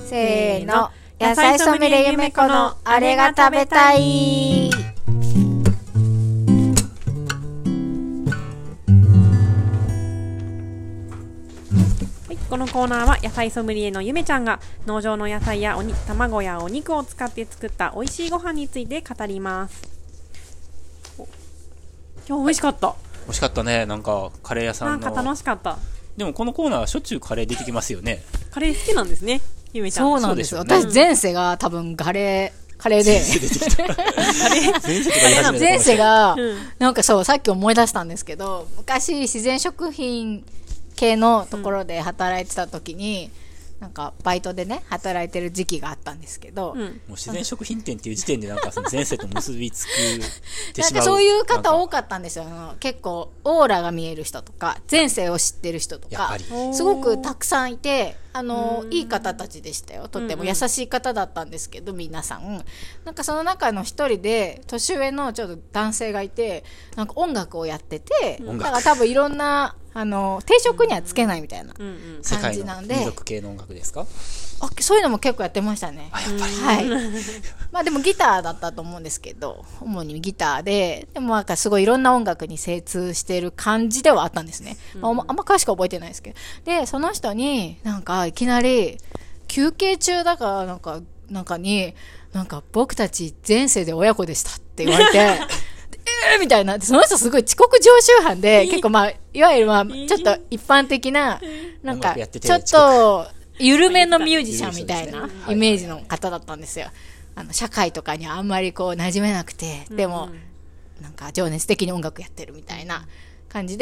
せーの、野菜ソムリエゆめこのあれが食べたい。 このコーナーは野菜ソムリエのゆめちゃんが農場の野菜や卵やお肉を使って作った美味しいご飯について語ります。今日美味しかった、 美味しかったね。なんかカレー屋さんのなんか楽しかった。 でもこのコーナーはしょっちゅうカレー出てきますよね。 カレー好きなんですね、ゆめちゃん。 そうなんですよ。 そうでしょうね。 私前世が多分カレーで出てきた。前世とか言い始めた。 前世がうんなんかそうさっき思い出したんですけど、昔自然食品系のところで働いてた時に、なんかバイトでね働いてる時期があったんですけど、 うん、 もう自然食品店っていう時点でなんかその前世と結びつくってしまう。 なんかそういう方多かったんですよ。結構オーラが見える人とか前世を知ってる人とかやっぱりすごくたくさんいて、いい方たちでしたよ。とっても優しい方だったんですけど、皆さんなんかその中の一人で年上のちょっと男性がいて、なんか音楽をやってて、だから多分いろんな定職にはつけないみたいな世界の感じなんで、 民族系の音楽ですか？ そういうのも結構やってましたね。 あ、やっぱり。 はい。まあでもギターだったと思うんですけど、主にギターで、でもなんかすごいいろんな音楽に精通している感じではあったんですね。あんま詳しく覚えてないですけど。で、その人になんかいきなり休憩中だからなんかに、なんか僕たち前世で親子でしたって言われて、みたいな。その人すごい遅刻常習犯で、結構まあ、いわゆるまあ、ちょっと一般的な、なんか、ちょっと、緩めのミュージシャンみたいなイメージの方だったんですよ。社会とかにはあんまりこう馴染めなくて、でも、なんか情熱的に音楽やってるみたいな感じで、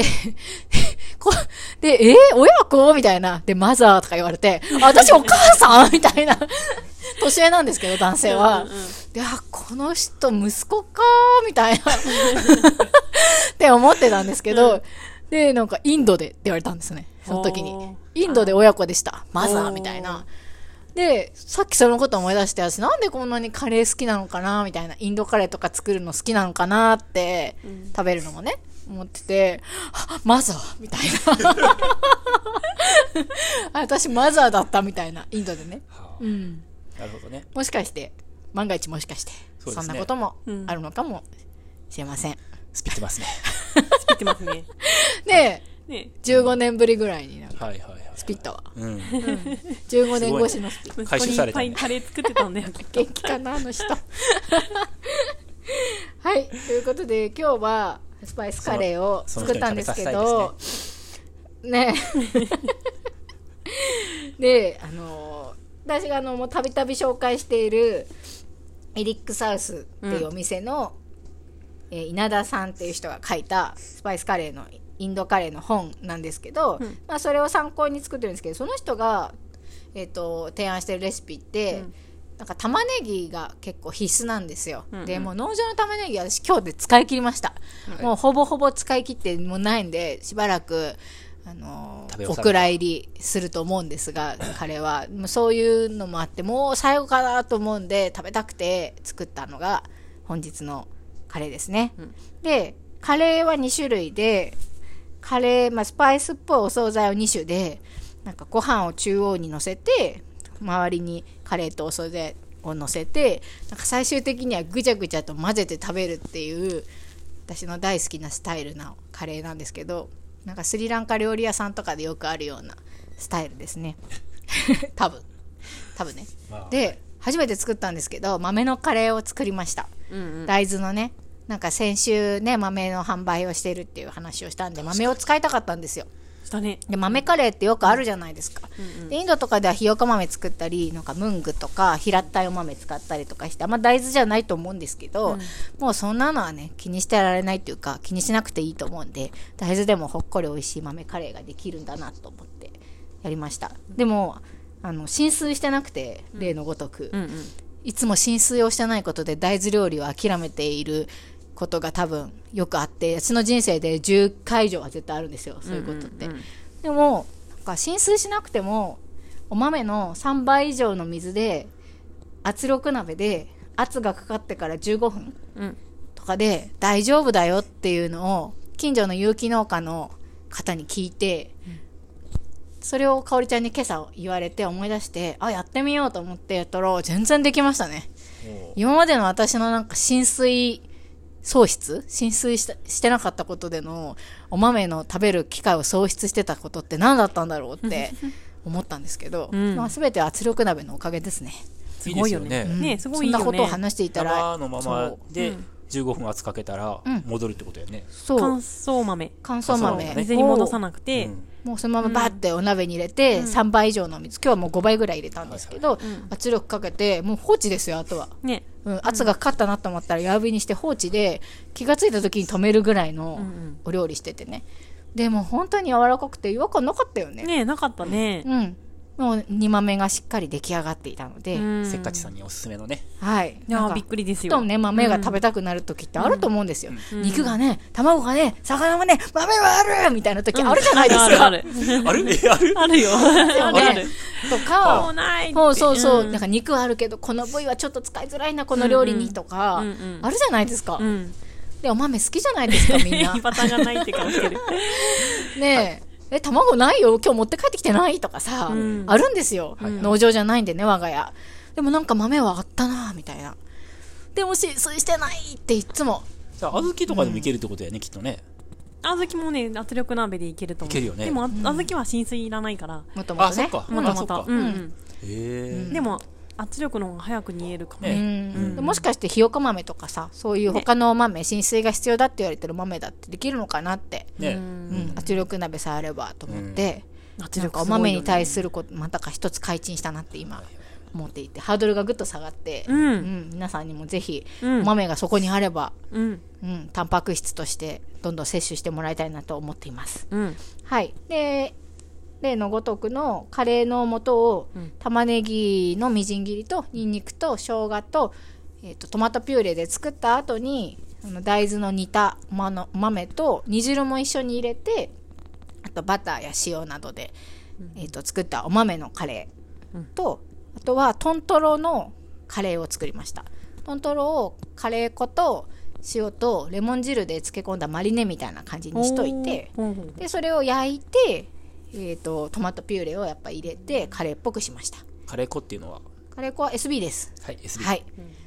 で、親子みたいな。で、マザーとか言われて、私お母さんみたいな。年上なんですけど、男性は。で、この人息子かみたいな。って思ってたんですけど、で、なんかインドでって言われたんですね。その時に。インドで親子でした。マザーみたいな。で、さっきそのこと思い出して、私なんでこんなにカレー好きなのかなみたいな。インドカレーとか作るの好きなのかなって、食べるのもね、思ってて、マザーみたいな。私マザーだったみたいな、インドでね。 なるほどね。 もしかして、万が一もしかして、そんなこともあるのかもしれません。 スピってますね。 スピってますね。 で、15年ぶりぐらいになんかスピったわ。15年越しのスピ。 回収されたね。 いっぱいカレー作ってたんだよ。 元気かな、あの人。はい、ということで今日はスパイスカレーを作ったんですけど、ね。で、私がもうたびたび紹介しているエリックサウスっていうお店の、稲田さんっていう人が書いたスパイスカレーのインドカレーの本なんですけど、まあ、それを参考に作ってるんですけど、その人が、提案してるレシピって、なんか玉ねぎが結構必須なんですよ。でもう農場の玉ねぎ私今日で使い切りました。もうほぼほぼ使い切ってもうないんで、しばらくお蔵入りすると思うんですが、彼はそういうのもあってもう最後かなと思うんで食べたくて作ったのが本日のカレーですね。でカレーは2種類で、カレー、まあ、スパイスっぽいお惣菜を2種で、なんかご飯を中央に乗せて周りにカレーとお惣菜を乗せて、なんか最終的にはぐちゃぐちゃと混ぜて食べるっていう私の大好きなスタイルなカレーなんですけど、なんかスリランカ料理屋さんとかでよくあるようなスタイルですね。多分ね。で初めて作ったんですけど、豆のカレーを作りました。大豆のね、なんか先週ね豆の販売をしてるっていう話をしたんで、豆を使いたかったんですよ。で豆カレーってよくあるじゃないですか。でインドとかではひよこ豆作ったり、なんかムングとか平たいお豆使ったりとかして、あんま大豆じゃないと思うんですけど、もうそんなのはね気にしてられないっていうか、気にしなくていいと思うんで、大豆でもほっこり美味しい豆カレーができるんだなと思ってやりました。でも浸水してなくて、例のごとく、いつも浸水をしてないことで大豆料理を諦めていることが多分よくあって、私の人生で10回以上は絶対あるんですよ、そういうことって。でもなんか浸水しなくてもお豆の3倍以上の水で圧力鍋で圧がかかってから15分とかで大丈夫だよっていうのを近所の有機農家の方に聞いて、 それをかおりちゃんに今朝言われて思い出して、やってみようと思ってやったら全然できましたね。今までの私のなんか浸水してなかったことでのお豆の食べる機会を喪失してたことって何だったんだろうって思ったんですけど、全て圧力鍋のおかげですね。 すごいよね。 ね、すごいいいよね。 そんなことを話していたら生のままで15分圧かけたら戻るってことよね。 そう。 乾燥豆。水に戻さなくて、 もうそのままバーってお鍋に入れて、3倍以上の水、今日はもう5倍ぐらい入れたんですけど、圧力かけて、もう放置ですよ、あとは。 ね。 圧がかかったなと思ったら弱火にして放置で、気がついた時に止めるぐらいのお料理しててね。でも本当に柔らかくて違和感なかったよね。 ね、なかったね。 もう煮豆がしっかり出来上がっていたので、 せっかちさんにおすすめのね。 はい。 いやびっくりですよ。 ふとね、豆が食べたくなる時ってあると思うんですよ。肉がね、卵がね、魚がね、豆はあるみたいな時あるじゃないですか。 ある。 あるあるよ。ある。 とか、そう。なんか肉はあるけど、この部位はちょっと使いづらいな、この料理にとか、あるじゃないですか。で、お豆好きじゃないですか、みんな。 パターンがないって顔してる。 ねえ。卵ないよ今日持って帰ってきてないとかさ、あるんですよ、農場じゃないんでね我が家でもなんか豆はあったなみたいなでも浸水してないっていつもじゃあ小豆とかでもいけるってことやね、きっとね。 小豆もね圧力鍋でいけると思う。 いけるよね。 でも小豆は浸水いらないからもともとね。 そっか。 もともとでも圧力の方が早く煮えるかもね。 もしかしてひよこ豆とかさそういう他の豆、浸水が必要だって言われてる豆だってできるのかなって、圧力鍋さえあればと思って、なんかお豆に対することまたか一つ改陳したなって今思っていてハードルがぐっと下がって、皆さんにもぜひ、お豆がそこにあれば、タンパク質としてどんどん摂取してもらいたいなと思っています。はい。で例のごとくのカレーの素を玉ねぎのみじん切りとニンニクと生姜と、トマトピューレで作った後に大豆の煮た豆と煮汁も一緒に入れてあとバターや塩などで、作ったお豆のカレーと、あとはトントロのカレーを作りました。トントロをカレー粉と塩とレモン汁で漬け込んだマリネみたいな感じにしといて、でそれを焼いてトマトピューレをやっぱ入れてカレーっぽくしました。 カレー粉っていうのはカレー粉は SB です。 はい SB、 はい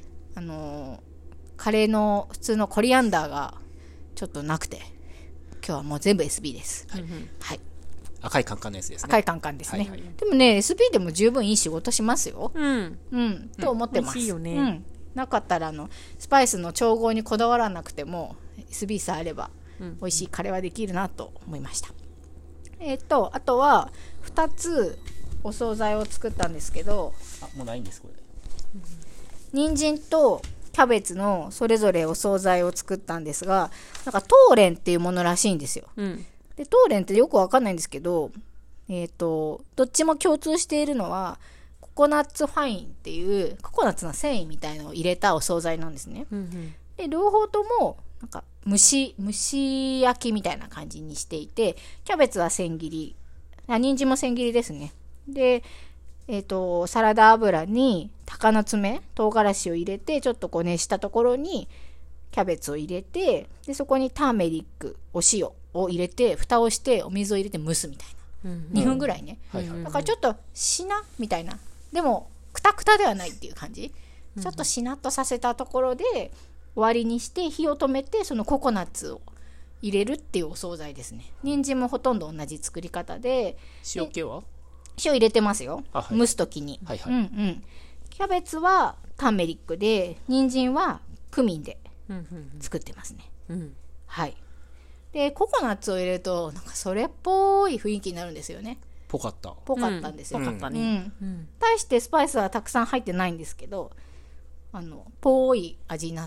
カレーの普通のコリアンダーがちょっとなくて今日はもう全部 SB です。はい、 赤いカンカンのやつですね。 赤いカンカンですね、でもね SB でも十分いい仕事しますよ。と思ってます。 美味しいよね。 なかったらスパイスの調合にこだわらなくても SB さえあれば美味しいカレーはできるなと思いました。あとは2つお惣菜を作ったんですけど、 もうないんですこれ。 人参とキャベツのそれぞれお惣菜を作ったんですが、なんかトーレンっていうものらしいんですよ。でトーレンってよくわかんないんですけど、どっちも共通しているのはココナッツファインっていうココナッツの繊維みたいのを入れたお惣菜なんですね。で両方ともなんか蒸し焼きみたいな感じにしていて、キャベツは千切り、人参も千切りですね。で、サラダ油に鷹の爪、唐辛子を入れてちょっとこう熱したところにキャベツを入れて、でそこにターメリック、お塩を入れて蓋をしてお水を入れて蒸すみたいな、2分ぐらいね、だからちょっとしなみたいな、でもクタクタではないっていう感じ、ちょっとしなっとさせたところで終わりにして火を止めてそのココナッツを入れるっていうお惣菜ですね。人参もほとんど同じ作り方で、 塩気は塩入れてますよ、蒸すときに、キャベツはターメリックで人参はクミンで作ってますね。はい。でココナッツを入れるとなんかそれっぽい雰囲気になるんですよね。 ぽかったんですよ。 大してスパイスはたくさん入ってないんですけど、ぽい味になって、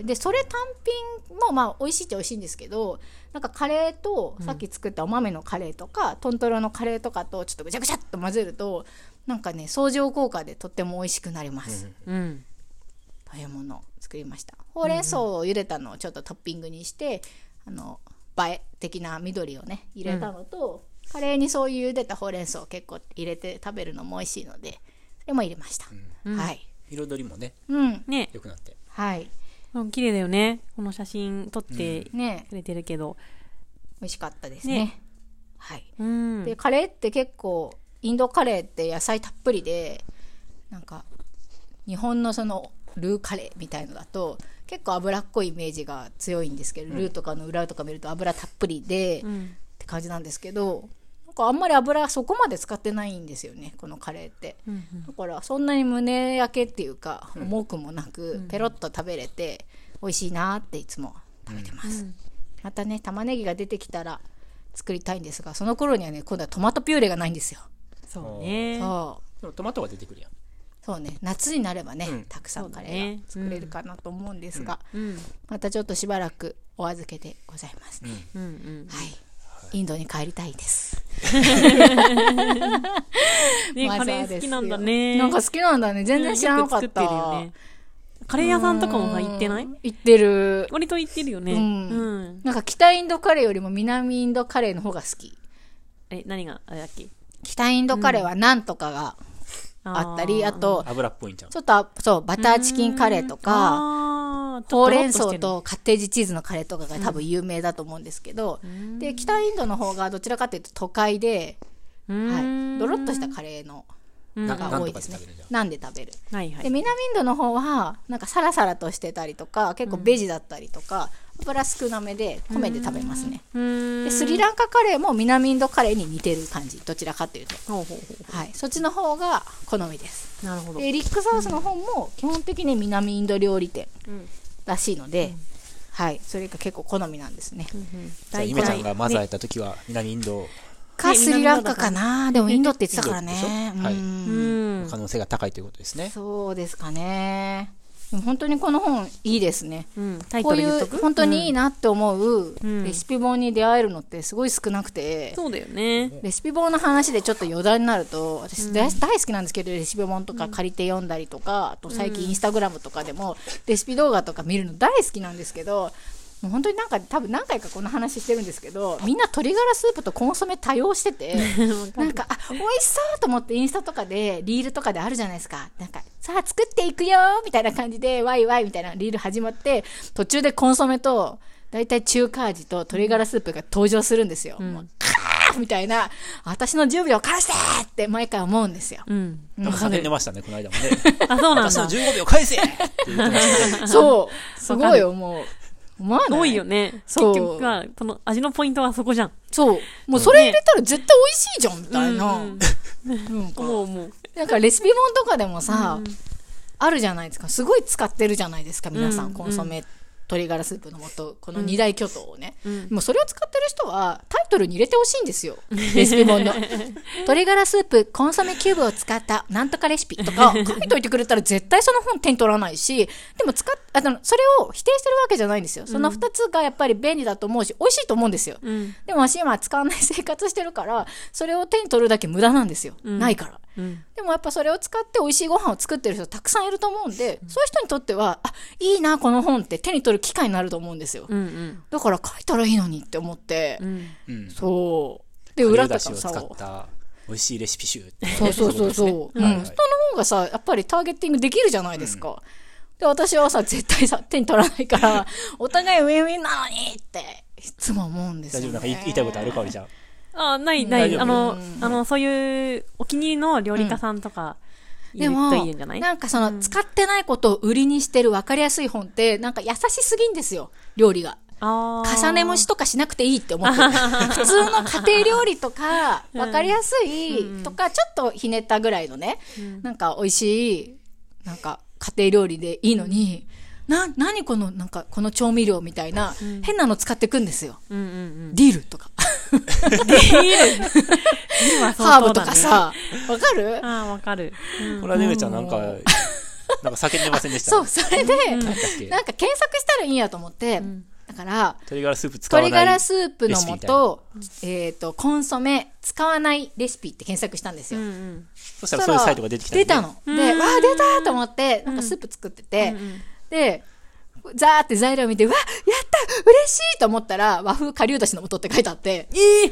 でそれ単品もまあ美味しいっちゃ美味しいんですけど、なんかカレーとさっき作ったお豆のカレーとか、トントロのカレーとかとちょっとぐちゃぐちゃっと混ぜるとなんかね相乗効果でとっても美味しくなります、というものを作りました。ほうれん草を茹でたのをちょっとトッピングにして映え的な緑をね入れたのと、カレーにそういう茹でたほうれん草を結構入れて食べるのも美味しいのでそれも入れました。はい。 彩りもね、良くなって、 はい、 綺麗だよね。この写真撮ってくれてるけど、 美味しかったですね。 はい。 うん。 で、カレーって結構、インドカレーって野菜たっぷりで、なんか、日本のその、ルーカレーみたいのだと、結構脂っこいイメージが強いんですけど、ルーとかの裏とか見ると油たっぷりで、って感じなんですけど、なんかあんまり油そこまで使ってないんですよね、このカレーって。だからそんなに胸焼けっていうか、重くもなく、ペロッと食べれて、美味しいなっていつも食べてます。またね、玉ねぎが出てきたら作りたいんですが、その頃にはね、今度はトマトピューレがないんですよ。 そうね。 そうでもトマトが出てくるやん。 そうね、夏になればね、たくさんカレーが作れるかなと思うんですが、またちょっとしばらくお預けでございますね。はい。インドに帰りたいです。 ね、カレー好きなんだね。 なんか好きなんだね。全然知らなかった。 よく作ってるよね。カレー屋さんとかもさ、行ってない？ 行ってる。 割と行ってるよね。 なんか北インドカレーよりも南インドカレーの方が好き。 何があれだっけ？ 北インドカレーはなんとかがあったり、あと、 油っぽいんちゃう？ ちょっと、そう、バターチキンカレーとか、ほうれん草とカッテージチーズのカレーとかが多分有名だと思うんですけど、で、北インドの方がどちらかというと都会で、はい、ドロッとしたカレーのが多いですね。なんで食べる。で、南インドの方は、なんかサラサラとしてたりとか、結構ベジだったりとか、油少なめで米で食べますね。で、スリランカカレーも南インドカレーに似てる感じ。どちらかというと。はい。そっちの方が好みです。 なるほど。 で、リックサウスの方も基本的に南インド料理店らしいので、はい。それが結構好みなんですね。 じゃあ、ゆめちゃんがまず会えた時は南インドかスリランカかな。でもインドって言ってたからね。 はい。可能性が高いということですね。 そうですかね。本当にこの本いいですね。 タイトル言っとく？ こういう本当にいいなって思うレシピ本に出会えるのってすごい少なくて。 そうだよね。 レシピ本の話でちょっと余談になると、私大好きなんですけど、レシピ本とか借りて読んだりとか、あと最近インスタグラムとかでもレシピ動画とか見るの大好きなんですけど、もう本当になんか多分何回かこの話してるんですけど、みんな鶏ガラスープとコンソメ多用しててなんか美味しそうと思ってインスタとかでリールとかであるじゃないですか。なんかさあ作っていくよみたいな感じでワイワイみたいなリール始まって、途中でコンソメとだいたい中華味と鶏ガラスープが登場するんですよ。もうカーみたいな、私の10秒返してって毎回思うんですよ。 叫んでましたね、この間もね。 あ、そうなんだ。 私の15秒返せって言ってましたね。 そう、すごいよ、もう。 多いよね。結局は、その味のポイントはそこじゃん。 そう。もうそれ入れたら絶対美味しいじゃん、みたいな。 もう。 なんかレシピ本とかでもさ、あるじゃないですか。すごい使ってるじゃないですか、皆さん。コンソメ、鶏ガラスープの素、この二大巨頭をね。もうそれを使ってる人はタイトルに入れてほしいんですよ。レシピ本の。鶏ガラスープ、コンソメキューブを使ったなんとかレシピとか書いといてくれたら絶対その本手に取らないし、でもそれを否定してるわけじゃないんですよ。その二つがやっぱり便利だと思うし、美味しいと思うんですよ。でも私今使わない生活してるから、それを手に取るだけ無駄なんですよ。ないから。でもやっぱそれを使って美味しいご飯を作ってる人たくさんいると思うんで、そういう人にとっては、いいな、この本って手に取る機会になると思うんですよ。だから書いたらいいのにって思って、そう。で、裏とかさ、 使った美味しいレシピ集。 そう。人の方がさ、やっぱりターゲッティングできるじゃないですか。で、私はさ、絶対さ、手に取らないから、お互いウィンウィンなのにって、いつも思うんですよ、ね。 大丈夫？なんか言いたいことあるかおりちゃん。 ない。そういうお気に入りの料理家さんとか言うといいんじゃない？ なんかその、使ってないことを売りにしてる分かりやすい本って、なんか優しすぎんですよ、料理が。重ね蒸しとかしなくていいって思ってる。普通の家庭料理とか、分かりやすいとか、ちょっとひねったぐらいのね、なんか美味しい、なんか家庭料理でいいのに、何この、なんかこの調味料みたいな、変なの使ってくんですよ。ディルとか。ハーブとかさ、わかる？ わかる。 これはねめちゃんなんか叫んでませんでした？ そう、それで、なんか検索したらいいんやと思って、だから、 鶏ガラスープ使わない鶏ガラスープの素、コンソメ使わないレシピって検索したんですよ。 そしたらそういうサイトが出てきた。 出たの。で、出たと思って、なんかスープ作ってて、で、ザーって材料見て、やった嬉しいと思ったら、和風顆粒だしの素って書いてあって、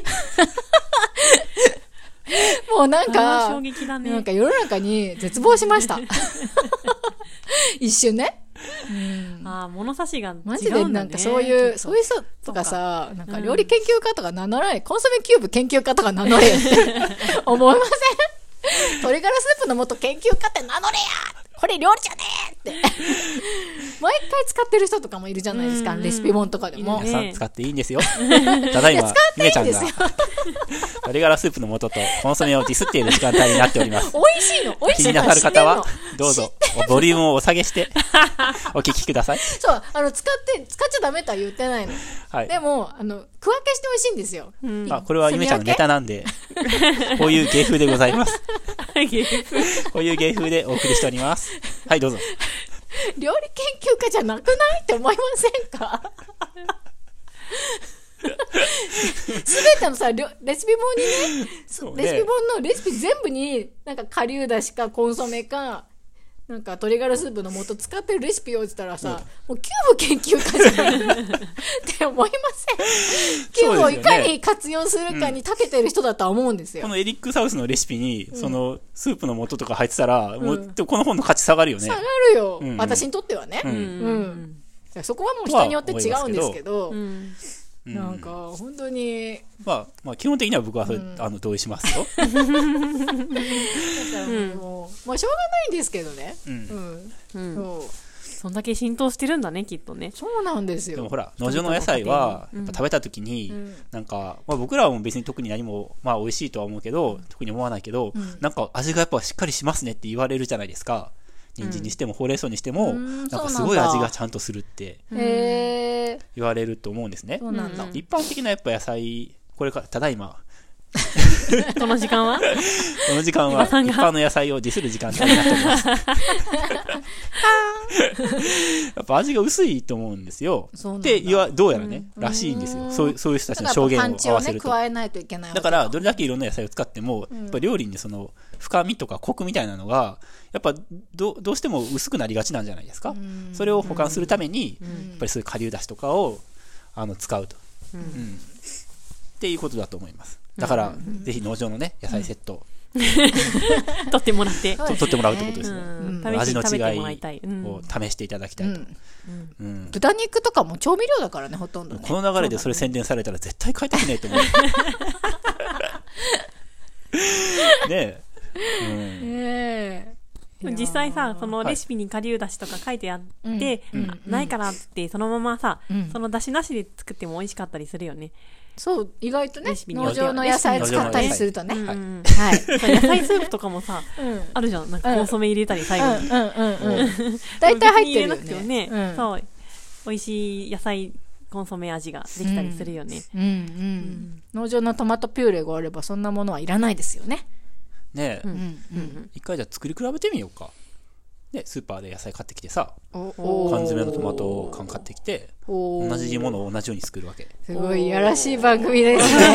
もうなんか、 衝撃だね。 なんか世の中に絶望しました。一瞬ね。 物差しが違うんだね。 マジでなんかそういう人とかさ、なんか料理研究家とか名乗らない、コンソメキューブ研究家とか名乗れよって思いません？鶏ガラスープの素研究家って名乗れや、これ料理じゃねえって毎回使ってる人とかもいるじゃないですか、レシピ本とかでも。 皆さん使っていいんですよ。ただいま、ゆめちゃんが鶏ガラスープの素とコンソメをディスっている時間帯になっております。 美味しいの、美味しいの。 気になさる方は、どうぞ、ボリュームをお下げして、お聞きください。 そう、使っちゃダメとは言ってないの。 はい。 でも、区分けして美味しいんですよ。 これはゆめちゃんのネタなんで、こういう芸風でございます。こういう芸風でお送りしております。はい、どうぞ。 料理研究家じゃなくないって思いませんか？すべてのさ、レシピ本にね、レシピ本のレシピ全部に、なんか顆粒だしかコンソメか、なんか鶏ガラスープの素使ってるレシピを言ったらさ、もうキューブ研究家じゃないって思いません？キューブをいかに活用するかに長けてる人だとは思うんですよ。 このエリック・サウスのレシピに、そのスープの素とか入ってたら、もうこの本の価値下がるよね。 下がるよ。私にとってはね。そこはもう人によって違うんですけど、なんか本当にまあ基本的には僕は同意しますよ。だからもうしょうがないんですけどね。 そんだけ浸透してるんだね、きっとね。 そうなんですよ。 でもほら、農場の野菜はやっぱ食べた時になんか僕らは別に特に何も美味しいとは思うけど、特に思わないけど、なんか味がやっぱしっかりしますねって言われるじゃないですか。人参にしてもほうれん草にしても、なんかすごい味がちゃんとするって言われると思うんですね。一般的なやっぱ野菜、これからただいまこの時間は一般の野菜をディスる時間帯になっておりますやっぱ味が薄いと思うんですよ。でどうやらね、らしいんですよ。そういう人たちの証言を合わせると。 加えないといけない。 だからどれだけいろんな野菜を使っても、やっぱ料理にその深みとかコクみたいなのがやっぱどうしても薄くなりがちなんじゃないですか。それを補完するために、やっぱりそういう顆粒だしとかを使うと、っていうことだと思います。だから、ぜひ農場のね野菜セット取ってもらって取ってもらうってことですね。味の違いを試していただきたいと。 豚肉とかも調味料だからね、ほとんどね。 この流れでそれ宣伝されたら絶対買いたくねえと思うねえ。 実際さ、そのレシピに顆粒だしとか書いてあって、ないからってそのままさ、そのだしなしで作っても美味しかったりするよね。 そう、意外とね、農場の野菜使ったりするとね。はい。 野菜スープとかもさ、あるじゃん。なんかコンソメ入れたり最後に。 大体入ってるよね。 そう。美味しい野菜コンソメ味ができたりするよね。 農場のトマトピューレがあればそんなものはいらないですよね。 ねえ。一回じゃあ作り比べてみようか。ね、スーパーで野菜買ってきてさ、缶詰のトマト缶買ってきて、同じものを同じように作るわけ。 すごいいやらしい番組ですね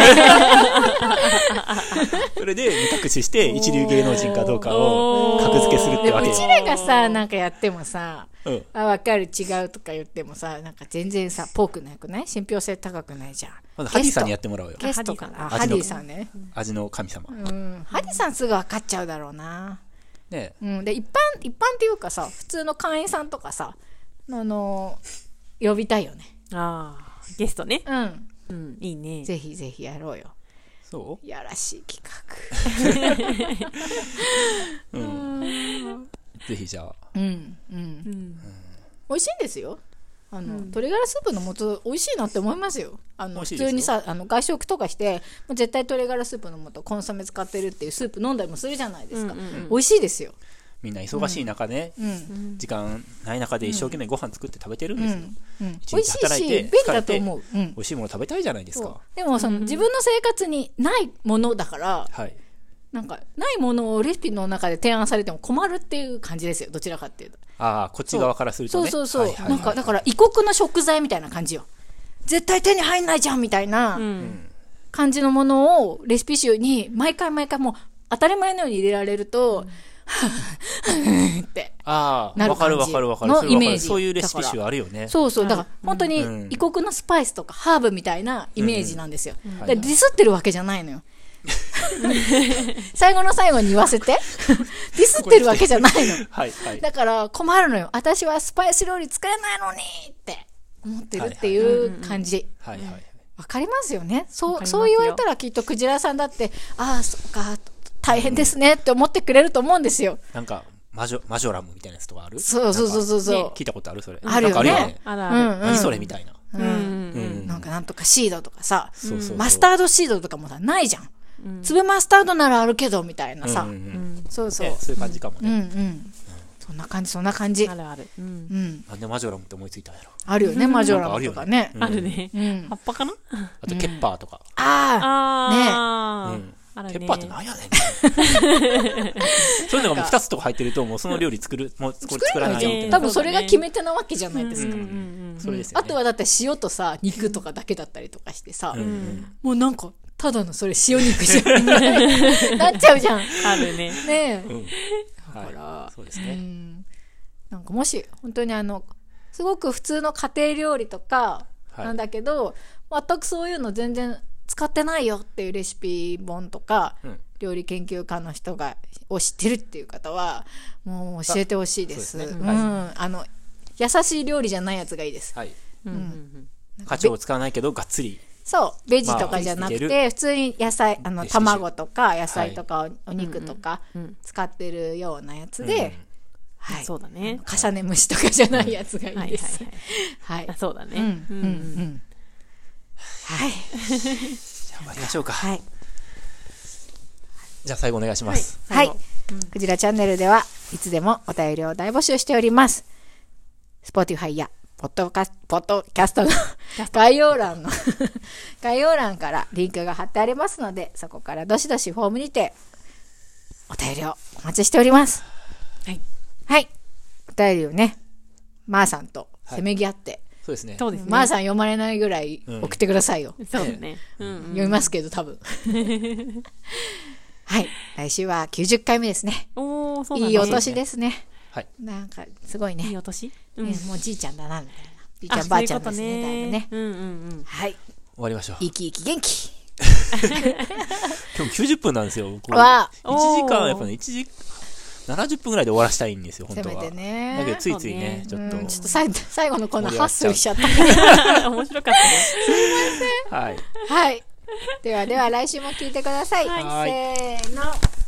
それで目隠しして一流芸能人かどうかを格付けするってわけ。 うちらがさ、なんかやってもさ、分かる、違うとか言ってもさ、なんか全然さ、ポークなくない？信憑性高くないじゃん。 まずハディさんにやってもらおうよ。 ゲストかな。ハディさんね。 味の神様。 ハディさんすぐ分かっちゃうだろうな。 ね、 で一般っていうかさ、普通の会員さんとかさ、呼びたいよね。 ゲストね。いいね。 ぜひぜひやろうよ。 そう？ やらしい企画。 ぜひじゃあ。美味しいんですよ。鶏ガラスープの素美味しいなって思いますよ。普通にさ、外食とかしてもう絶対鶏ガラスープの素コンソメ使ってるっていうスープ飲んだりもするじゃないですか。美味しいですよ。 みんな忙しい中ね、時間ない中で一生懸命ご飯作って食べてるんですよ。 美味しいし便利だと思う。 美味しいもの食べたいじゃないですか。 でも自分の生活にないものだから、なんかないものをレシピの中で提案されても困るっていう感じですよ。どちらかっていうと。 こっち側からするとね。 なんかだから異国の食材みたいな感じよ。絶対手に入んないじゃんみたいな感じのものをレシピ集に毎回もう当たり前のように入れられると、ってなる感じのイメージ。 そういうレシピ集あるよね。 だから本当に異国のスパイスとかハーブみたいなイメージなんですよ。ディスってるわけじゃないのよ。 最後の最後に言わせて。ディスってるわけじゃないの。 はいはい。 だから困るのよ。私はスパイス料理作れないのにって思ってるっていう感じ。 はいはい。 わかりますよね。そうわかりますよ言われたらきっとクジラさんだって、ああ、そっか、大変ですねって思ってくれると思うんですよ。 なんか、マジョラムみたいなやつとかある？ そう。 聞いたことあるそれ。 あるよね。 なんかあるよね。 あるある。 何それみたいな。 なんかなんとかシードとかさ、 そうそう。 マスタードシードとかもさ、ないじゃん。粒マスタードならあるけど、みたいなさ。そうそう。 そういう感じかもね。 そんな感じ。 あるある。 なんでマジョラムって思いついたんやろ。 あるよね、マジョラムとかね。 あるね。葉っぱかな？ あとケッパーとか。 ああ。 ケッパーって何やねん。そういうのがもう2つとか入ってると、もうその料理作らないみたいな。 多分それが決め手なわけじゃないですか。 それですよね。 あとはだって塩とさ、肉とかだけだったりとかしてさ、もうなんか、ただのそれ塩肉じゃん。なっちゃうじゃん。 あるね。 ねえ。 だから、そうですね。 なんかもし、本当にすごく普通の家庭料理とか、なんだけど、全くそういうの全然使ってないよっていうレシピ本とか、料理研究家の人を知ってるっていう方は、もう教えてほしいです。優しい料理じゃないやつがいいです。 はい。カチョウを使わないけど、がっつり。 そう、ベジとかじゃなくて、普通に野菜、卵とか野菜とかお肉とか使ってるようなやつで、はい。 そうだね。 重ね蒸しとかじゃないやつがいいです。はい。 そうだね。 はい。 じゃあ終わりましょうか。 はい。 じゃあ最後お願いします。 はい。クジラチャンネルではいつでもお便りを大募集しております。Spotify やポッドキャストの概要欄からリンクが貼ってありますので、そこからどしどしフォームにてお便りをお待ちしております。 はい。 はい。お便りをね、まーさんとせめぎ合って、 そうですね。 そうですね。 まーさん読まれないぐらい送ってくださいよ。 そうだね。 読みますけど多分。はい。来週は90回目ですね。 おー、そうだね。 いいお年ですね。 はい。 なんかすごいね。 いいお年？ もうじいちゃんだなみたいな。じいちゃんばあちゃんですね。だいぶね。はい。 終わりましょう。 生き生き元気。 今日90分なんですよ。1時間やっぱね70分ぐらいで終わらしたいんですよ、本当は。 せめてね。 だけどついついね、ちょっと最後のコーナーハッスルしちゃった。 面白かったね。 すいません。 はい。 はい。では来週も聞いてください。せーの。